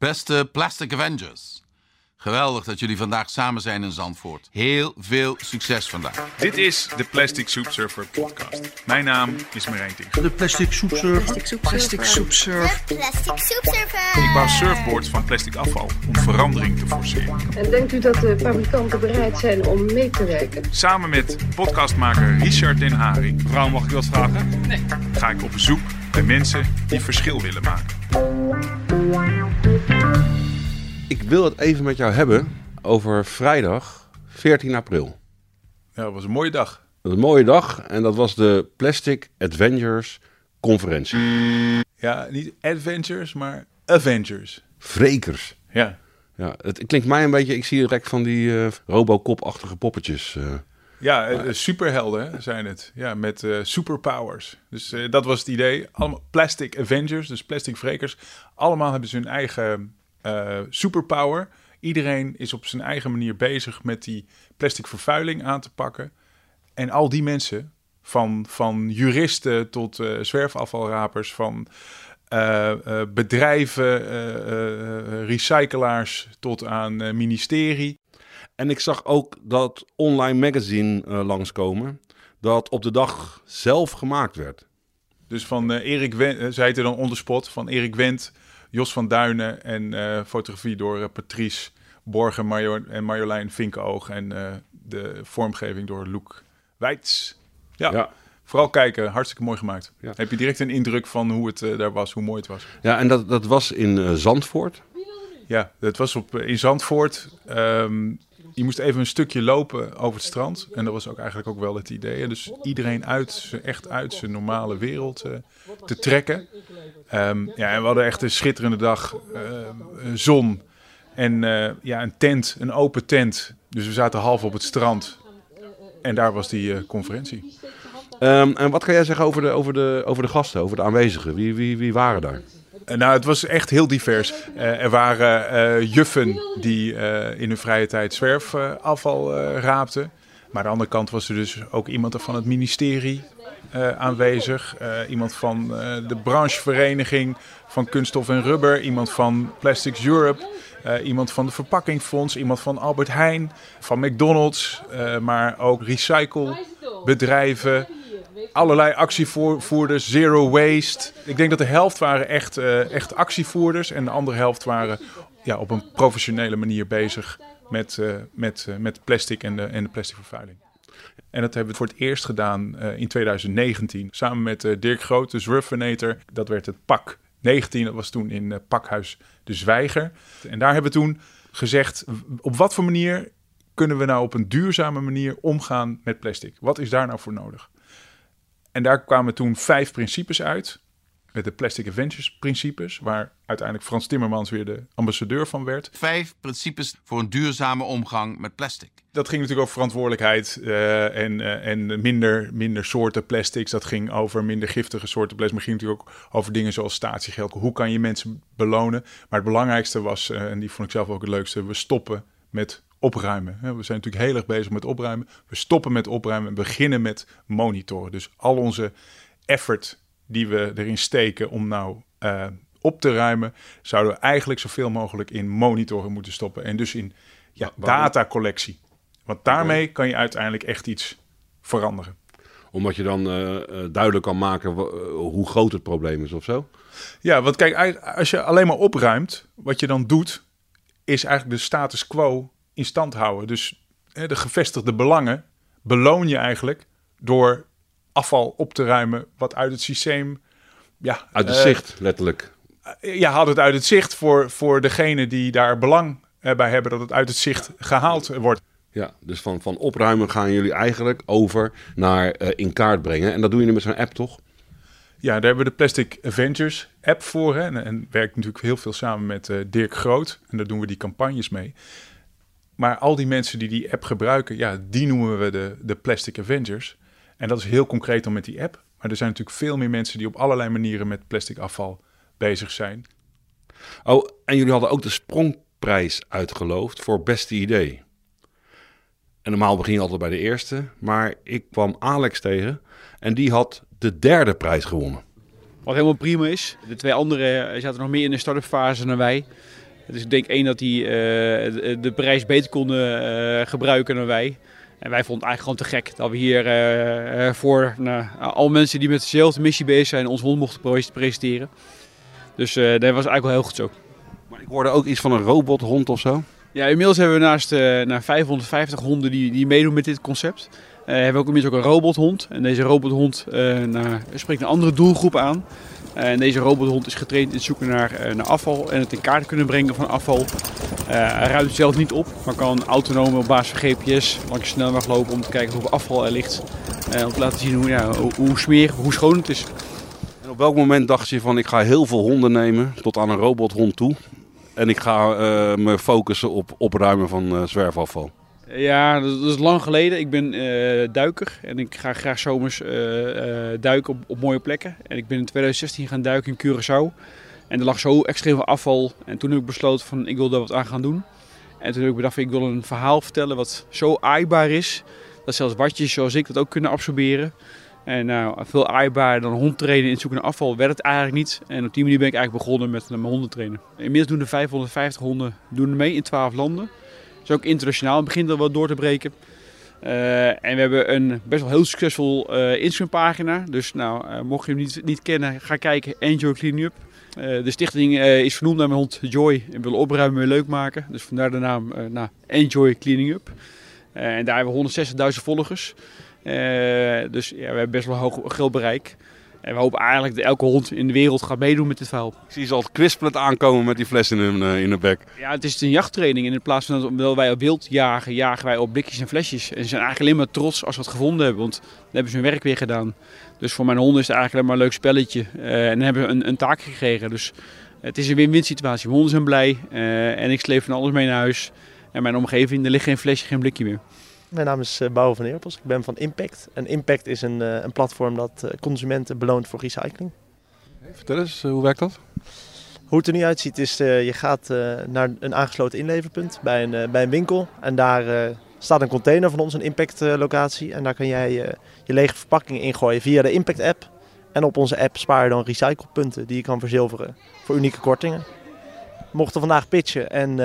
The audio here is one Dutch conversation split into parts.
Beste Plastic Avengers. Geweldig dat jullie vandaag samen zijn in Zandvoort. Heel veel succes vandaag. Dit is de Plastic Soup Surfer podcast. Mijn naam is Marijn Tinker. De Plastic Soup Surfer. Plastic Soup Surfer. Plastic Soup Surfer. Ik bouw surfboards van plastic afval om verandering te forceren. En denkt u dat de fabrikanten bereid zijn om mee te werken? Samen met podcastmaker Richard Den Haring. Mevrouw, mag ik u wat vragen? Nee. Ga ik op bezoek bij mensen die verschil willen maken. Ik wil het even met jou hebben over vrijdag 14 april. Ja, dat was een mooie dag. Dat was een mooie dag en dat was de Plastic Avengers conferentie. Ja, niet Adventures, maar Avengers. Wrekers. Ja. Ja, het klinkt mij een beetje, ik zie direct van die Robocop-achtige poppetjes. Ja, superhelden zijn het. Ja, met superpowers. Dus dat was het idee. Allemaal Plastic Avengers, dus plastic wrekers. Allemaal hebben ze hun eigen superpower. Iedereen is op zijn eigen manier bezig met die plastic vervuiling aan te pakken. En al die mensen, van juristen tot zwerfafvalrapers, van bedrijven, recyclaars tot aan ministerie. En ik zag ook dat online magazine langskomen, dat op de dag zelf gemaakt werd. Dus van Erik Wendt, zij heette dan On The Spot, van Erik Wendt, Jos van Duinen en fotografie door Patrice Borgen en Marjolein Vinkenoog en de vormgeving door Loek Wijts. Ja, vooral kijken, hartstikke mooi gemaakt. Ja. Heb je direct een indruk van hoe het daar was, hoe mooi het was? Ja, en dat was in Zandvoort? Ja, dat was in Zandvoort. Je moest even een stukje lopen over het strand. En dat was ook eigenlijk ook wel het idee. Dus iedereen echt uit zijn normale wereld te trekken. En we hadden echt een schitterende dag. Zon. En een open tent. Dus we zaten half op het strand. En daar was die conferentie. En wat kan jij zeggen over de gasten, over de aanwezigen? Wie waren daar? Nou, het was echt heel divers. Er waren juffen die in hun vrije tijd zwerfafval raapten. Maar aan de andere kant was er dus ook iemand van het ministerie aanwezig. Iemand van de branchevereniging van kunststof en rubber. Iemand van Plastics Europe. Iemand van de Verpakkingfonds. Iemand van Albert Heijn. Van McDonald's. Maar ook recyclebedrijven. Allerlei actievoerders, zero waste. Ik denk dat de helft waren echt actievoerders. En de andere helft waren op een professionele manier bezig met plastic en de plastic vervuiling. En dat hebben we voor het eerst gedaan in 2019. Samen met Dirk Groot, de Zwerfenator. Dat werd het PAK 19. Dat was toen in Pakhuis de Zwijger. En daar hebben we toen gezegd, op wat voor manier kunnen we nou op een duurzame manier omgaan met plastic? Wat is daar nou voor nodig? En daar kwamen toen 5 principes uit. Met de Plastic Avengers principes. Waar uiteindelijk Frans Timmermans weer de ambassadeur van werd. 5 principes voor een duurzame omgang met plastic. Dat ging natuurlijk over verantwoordelijkheid en minder soorten plastics. Dat ging over minder giftige soorten plastic. Maar het ging natuurlijk ook over dingen zoals statiegeld. Hoe kan je mensen belonen? Maar het belangrijkste was, en die vond ik zelf ook het leukste, we stoppen met opruimen. We zijn natuurlijk heel erg bezig met opruimen. We stoppen met opruimen en beginnen met monitoren. Dus al onze effort die we erin steken om nou op te ruimen, zouden we eigenlijk zoveel mogelijk in monitoren moeten stoppen. En dus in datacollectie. Want daarmee kan je uiteindelijk echt iets veranderen. Omdat je dan duidelijk kan maken hoe groot het probleem is of zo? Ja, want kijk, als je alleen maar opruimt, wat je dan doet, is eigenlijk de status quo in stand houden. Dus de gevestigde belangen beloon je eigenlijk door afval op te ruimen wat uit het systeem... Ja, uit het zicht, letterlijk. Haalt het uit het zicht voor degene die daar belang bij hebben dat het uit het zicht gehaald wordt. Ja, dus van opruimen gaan jullie eigenlijk over naar in kaart brengen. En dat doe je nu met zo'n app, toch? Ja, daar hebben we de Plastic Avengers app voor. Hè? En werkt natuurlijk heel veel samen met Dirk Groot. En daar doen we die campagnes mee. Maar al die mensen die die app gebruiken, die noemen we de Plastic Avengers. En dat is heel concreet dan met die app. Maar er zijn natuurlijk veel meer mensen die op allerlei manieren met plastic afval bezig zijn. Oh, en jullie hadden ook de Sprongprijs uitgeloofd voor beste idee. En normaal begin je altijd bij de eerste. Maar ik kwam Alex tegen en die had de 3e prijs gewonnen. Wat helemaal prima is. De 2 anderen zaten nog meer in de start-up fase dan wij. Dus ik denk dat die de prijs beter konden gebruiken dan wij. En wij vonden het eigenlijk gewoon te gek dat we hier voor alle mensen die met dezelfde missie bezig zijn ons hond mochten presenteren. Dus dat was eigenlijk wel heel goed zo. Maar ik hoorde ook iets van een robothond of zo. Ja, inmiddels hebben we naast 550 honden die meedoen met dit concept. Hebben we ook inmiddels ook een robothond. En deze robothond spreekt een andere doelgroep aan. En deze robothond is getraind in het zoeken naar afval en het in kaart kunnen brengen van afval. Hij ruimt het zelf niet op, maar kan autonoom op basis van GPS langs de snelweg lopen om te kijken hoeveel afval er ligt. Om te laten zien hoe smerig, hoe schoon het is. En op welk moment dacht je van ik ga heel veel honden nemen tot aan een robothond toe. En ik ga me focussen op opruimen van zwerfafval? Ja, dat is lang geleden. Ik ben duiker en ik ga graag zomers duiken op mooie plekken. En ik ben in 2016 gaan duiken in Curaçao. En er lag zo extreem veel afval. En toen heb ik besloten van ik wil daar wat aan gaan doen. En toen heb ik bedacht van ik wil een verhaal vertellen wat zo aaibaar is. Dat zelfs watjes zoals ik dat ook kunnen absorberen. En veel aaibaarder dan hondtrainen in het zoeken naar afval werd het eigenlijk niet. En op die manier ben ik eigenlijk begonnen met mijn hondentrainen. Inmiddels doen er 550 honden mee in 12 landen. Dat is ook internationaal. Het begint al wat door te breken. En we hebben een best wel heel succesvol Instagram-pagina. Dus mocht je hem niet kennen, ga kijken. Enjoy Cleaning Up. De stichting is vernoemd naar mijn hond Joy. En willen opruimen en leuk maken. Dus vandaar de naam Enjoy Cleaning Up. En daar hebben we 160.000 volgers. Dus ja, we hebben best wel een groot bereik. En we hopen eigenlijk dat elke hond in de wereld gaat meedoen met dit verhaal. Ik zie ze al kwispelend aankomen met die fles in hun bek. Ja, het is een jachttraining. En in plaats van dat wij op wild jagen, jagen wij op blikjes en flesjes. En ze zijn eigenlijk alleen maar trots als we het gevonden hebben. Want dan hebben ze hun werk weer gedaan. Dus voor mijn honden is het eigenlijk alleen maar een leuk spelletje. En dan hebben we een taak gekregen. Dus het is een win-win situatie. Mijn honden zijn blij. En ik sleep van alles mee naar huis. En mijn omgeving, er ligt geen flesje, geen blikje meer. Mijn naam is Bouwe van Eerpels. Ik ben van Impact. En Impact is een platform dat consumenten beloont voor recycling. Vertel eens, hoe werkt dat? Hoe het er nu uitziet is, je gaat naar een aangesloten inleverpunt bij een winkel. En daar staat een container van ons, een Impact locatie. En daar kan jij je lege verpakkingen ingooien via de Impact app. En op onze app spaar je dan recyclepunten die je kan verzilveren voor unieke kortingen. We mochten vandaag pitchen en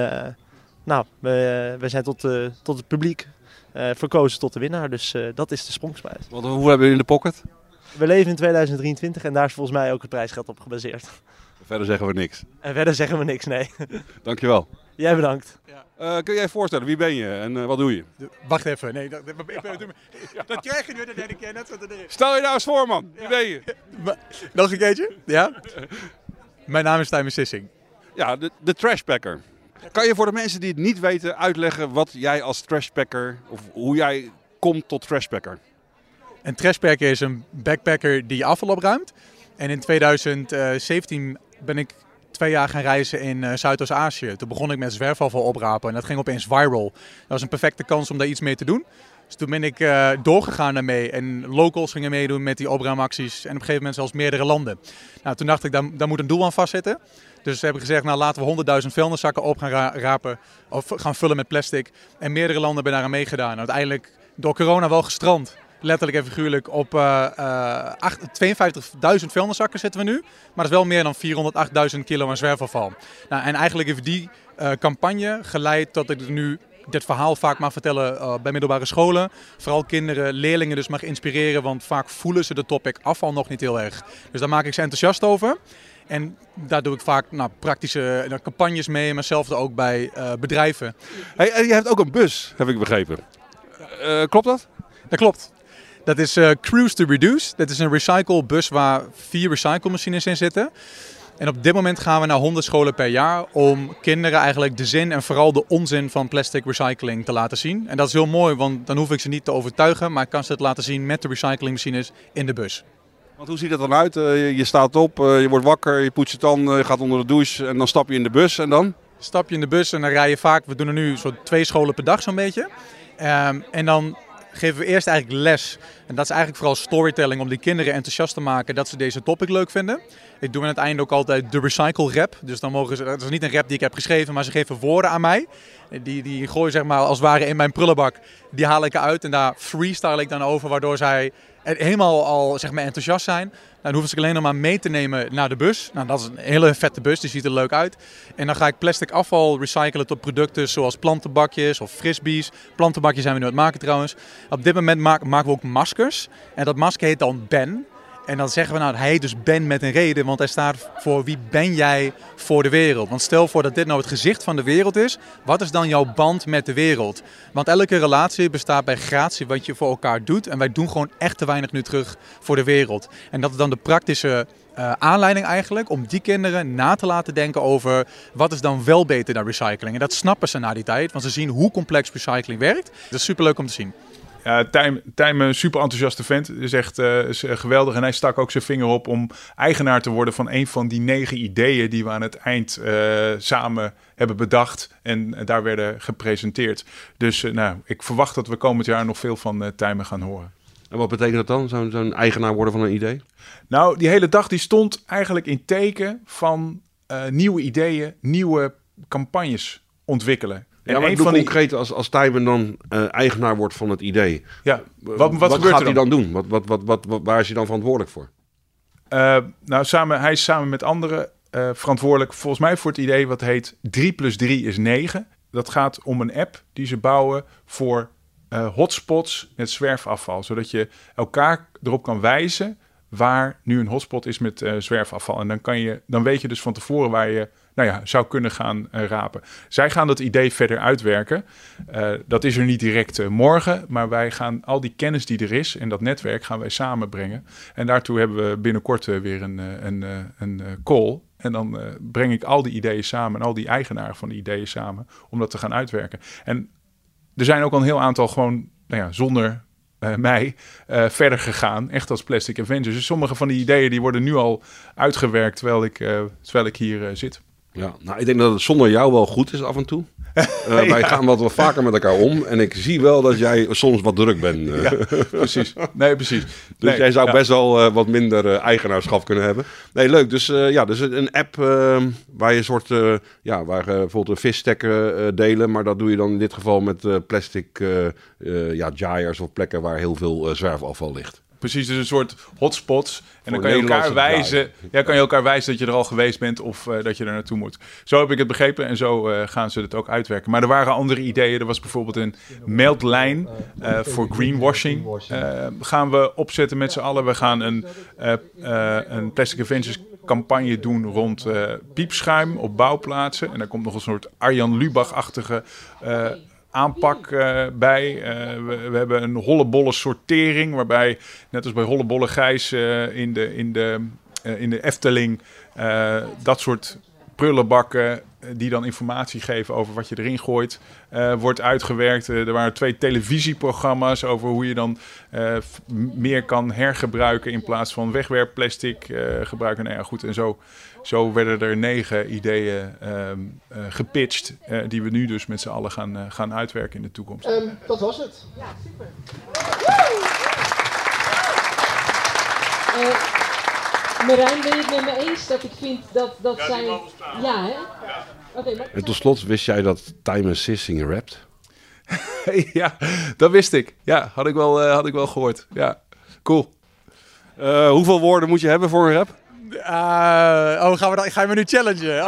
we zijn tot het publiek verkozen tot de winnaar. Dus dat is de sprongsprijs. Hoe hebben jullie in de pocket? We leven in 2023 en daar is volgens mij ook het prijsgeld op gebaseerd. Verder zeggen we niks. En verder zeggen we niks, nee. Dankjewel. Jij bedankt. Ja. Kun jij je voorstellen, wie ben je en wat doe je? Wacht even. Nee, dat krijg je nu de derde keer net wat erin. Stel je nou eens voor, man. Wie ben je? Nog een keertje? Ja? Mijn naam is Tijmen Sissing. Ja, de trashpacker. Kan je voor de mensen die het niet weten uitleggen wat jij als trashpacker, of hoe jij komt tot trashpacker? Een trashpacker is een backpacker die afval opruimt. En in 2017 ben ik 2 jaar gaan reizen in Zuidoost-Azië. Toen begon ik met zwerfafval oprapen en dat ging opeens viral. Dat was een perfecte kans om daar iets mee te doen. Dus toen ben ik doorgegaan daarmee en locals gingen meedoen met die opruimacties. En op een gegeven moment zelfs meerdere landen. Nou, toen dacht ik, daar moet een doel aan vastzitten. Dus heb ik gezegd, nou laten we 100.000 vuilniszakken op gaan rapen of gaan vullen met plastic. En meerdere landen hebben daaraan meegedaan. En uiteindelijk door corona wel gestrand. Letterlijk en figuurlijk op 52.000 vuilniszakken zitten we nu. Maar dat is wel meer dan 408.000 kilo aan zwerfafval. Nou, en eigenlijk heeft die campagne geleid tot ik nu dit verhaal vaak mag vertellen bij middelbare scholen. Vooral kinderen, leerlingen dus mag inspireren. Want vaak voelen ze de topic afval nog niet heel erg. Dus daar maak ik ze enthousiast over. En daar doe ik vaak praktische campagnes mee. Maar hetzelfde ook bij bedrijven. Hey, en je hebt ook een bus, heb ik begrepen. Klopt dat? Dat klopt. Dat is Cruise to Reduce. Dat is een recyclebus waar 4 recyclemachines in zitten. En op dit moment gaan we naar 100 scholen per jaar om kinderen eigenlijk de zin en vooral de onzin van plastic recycling te laten zien. En dat is heel mooi, want dan hoef ik ze niet te overtuigen, maar ik kan ze het laten zien met de recyclingmachines in de bus. Want hoe ziet het dan uit? Je staat op, je wordt wakker, je poetst je tanden, je gaat onder de douche en dan stap je in de bus en dan? Stap je in de bus en dan rij je vaak, we doen er nu zo'n 2 scholen per dag zo'n beetje. En dan geven we eerst eigenlijk les. En dat is eigenlijk vooral storytelling om die kinderen enthousiast te maken dat ze deze topic leuk vinden. Ik doe aan het einde ook altijd de recycle rap. Dus dan mogen ze, dat is niet een rap die ik heb geschreven, maar ze geven woorden aan mij. Die gooien zeg maar als het ware in mijn prullenbak. Die haal ik eruit en daar freestyle ik dan over, waardoor zij helemaal al zeg maar enthousiast zijn. Dan hoeven ze alleen nog maar mee te nemen naar de bus. Nou, dat is een hele vette bus, die ziet er leuk uit. En dan ga ik plastic afval recyclen tot producten zoals plantenbakjes of frisbees. Plantenbakjes zijn we nu aan het maken trouwens. Op dit moment maken we ook maskers. En dat masker heet dan Ben. En dan zeggen we hij heet dus Ben met een reden, want hij staat voor wie ben jij voor de wereld. Want stel voor dat dit nou het gezicht van de wereld is, wat is dan jouw band met de wereld? Want elke relatie bestaat bij gratie wat je voor elkaar doet. En wij doen gewoon echt te weinig nu terug voor de wereld. En dat is dan de praktische aanleiding eigenlijk om die kinderen na te laten denken over wat is dan wel beter dan recycling. En dat snappen ze na die tijd, want ze zien hoe complex recycling werkt. Dat is superleuk om te zien. Ja, Tijm, een super enthousiaste vent. Is echt is geweldig. En hij stak ook zijn vinger op om eigenaar te worden van een van die 9 ideeën die we aan het eind samen hebben bedacht. En daar werden gepresenteerd. Dus ik verwacht dat we komend jaar nog veel van Tijm gaan horen. En wat betekent dat dan, zo'n eigenaar worden van een idee? Nou, die hele dag die stond eigenlijk in teken van nieuwe ideeën, nieuwe campagnes ontwikkelen. Ja, maar concreet als Tijmen dan eigenaar wordt van het idee. Ja, wat gaat hij dan doen? Waar is hij dan verantwoordelijk voor? Hij is samen met anderen verantwoordelijk volgens mij voor het idee wat heet 3 + 3 is 9. Dat gaat om een app die ze bouwen voor hotspots met zwerfafval. Zodat je elkaar erop kan wijzen waar nu een hotspot is met zwerfafval. En dan weet je dus van tevoren waar je zou kunnen gaan rapen. Zij gaan dat idee verder uitwerken. Dat is er niet direct morgen, maar wij gaan al die kennis die er is en dat netwerk gaan wij samenbrengen. En daartoe hebben we binnenkort weer een call. En dan breng ik al die ideeën samen en al die eigenaren van die ideeën samen om dat te gaan uitwerken. En er zijn ook al een heel aantal gewoon zonder mij verder gegaan, echt als Plastic Avengers. Dus sommige van die ideeën die worden nu al uitgewerkt terwijl ik hier zit. Ja, ik denk dat het zonder jou wel goed is af en toe. Wij gaan wat vaker met elkaar om. En ik zie wel dat jij soms wat druk bent. Ja, precies. Nee, precies. Dus jij zou best wel wat minder eigenaarschap kunnen hebben. Nee, leuk. Dus dus een app waar je een soort... waar bijvoorbeeld een visstekken delen. Maar dat doe je dan in dit geval met plastic gyres of plekken waar heel veel zwerfafval ligt. Precies, dus een soort hotspots. En dan kan je elkaar wijzen. Ja, kan je elkaar wijzen dat je er al geweest bent of dat je er naartoe moet. Zo heb ik het begrepen en zo gaan ze het ook uitwerken. Maar er waren andere ideeën. Er was bijvoorbeeld een meldlijn voor greenwashing. Gaan we opzetten met z'n allen. We gaan een Plastic Avengers campagne doen rond piepschuim op bouwplaatsen. En daar komt nog een soort Arjan Lubach-achtige aanpak bij. We hebben een hollebolle sortering, waarbij, net als bij hollebolle Gijs in de Efteling, dat soort prullenbakken die dan informatie geven over wat je erin gooit, wordt uitgewerkt. Er waren 2 televisieprogramma's over hoe je dan meer kan hergebruiken in plaats van wegwerpplastic gebruiken. Nou ja, goed, en zo werden er 9 ideeën gepitcht, die we nu dus met z'n allen gaan uitwerken in de toekomst. Dat was het. Ja, super. Marijn, ben je het met me eens dat ik vind dat zij... Ja, hè? Ja. Okay, maar... En tot slot, wist jij dat Tijmen Sissing rapt? Ja, dat wist ik. Ja, had ik wel gehoord. Ja, cool. Hoeveel woorden moet je hebben voor een rap? Ga je me nu challengen?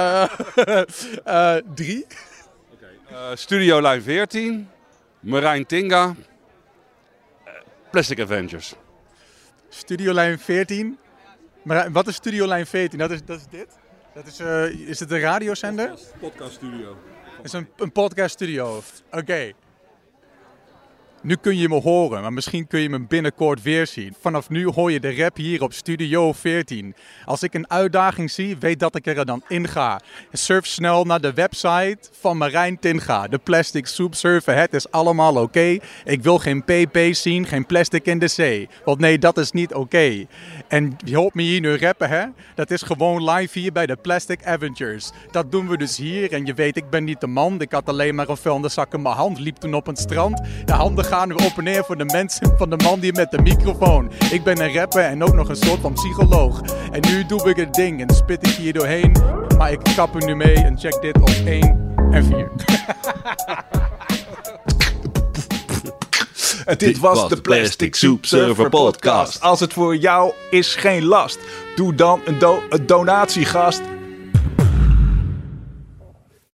3. Studio Lijn 14, Marijn Tinga, Plastic Avengers. Studio Lijn 14. Maar wat is Studio Lijn 14? Dat is dit? Is het een radiozender? Podcast studio. Het is een podcast studio. Oké. Nu kun je me horen, maar misschien kun je me binnenkort weer zien. Vanaf nu hoor je de rap hier op Studio 14. Als ik een uitdaging zie, weet dat ik er dan in ga. Surf snel naar de website van Marijn Tinga. De plastic soep surfen, het is allemaal oké. Ik wil geen PP zien, geen plastic in de zee. Want nee, dat is niet oké. En je hoort me hier nu rappen, hè? Dat is gewoon live hier bij de Plastic Avengers. Dat doen we dus hier. En je weet, ik ben niet de man. Ik had alleen maar een vuilniszak in mijn hand. Liep toen op het strand. De handen gaan weer op en neer voor de mensen van de man die met de microfoon. Ik ben een rapper en ook nog een soort van psycholoog. En nu doe ik het ding en spit ik hier doorheen. Maar ik kap er nu mee en check dit op 1 en 4. En dit was de Plastic Soup Surfer podcast. Als het voor jou is geen last, doe dan een donatie, gast.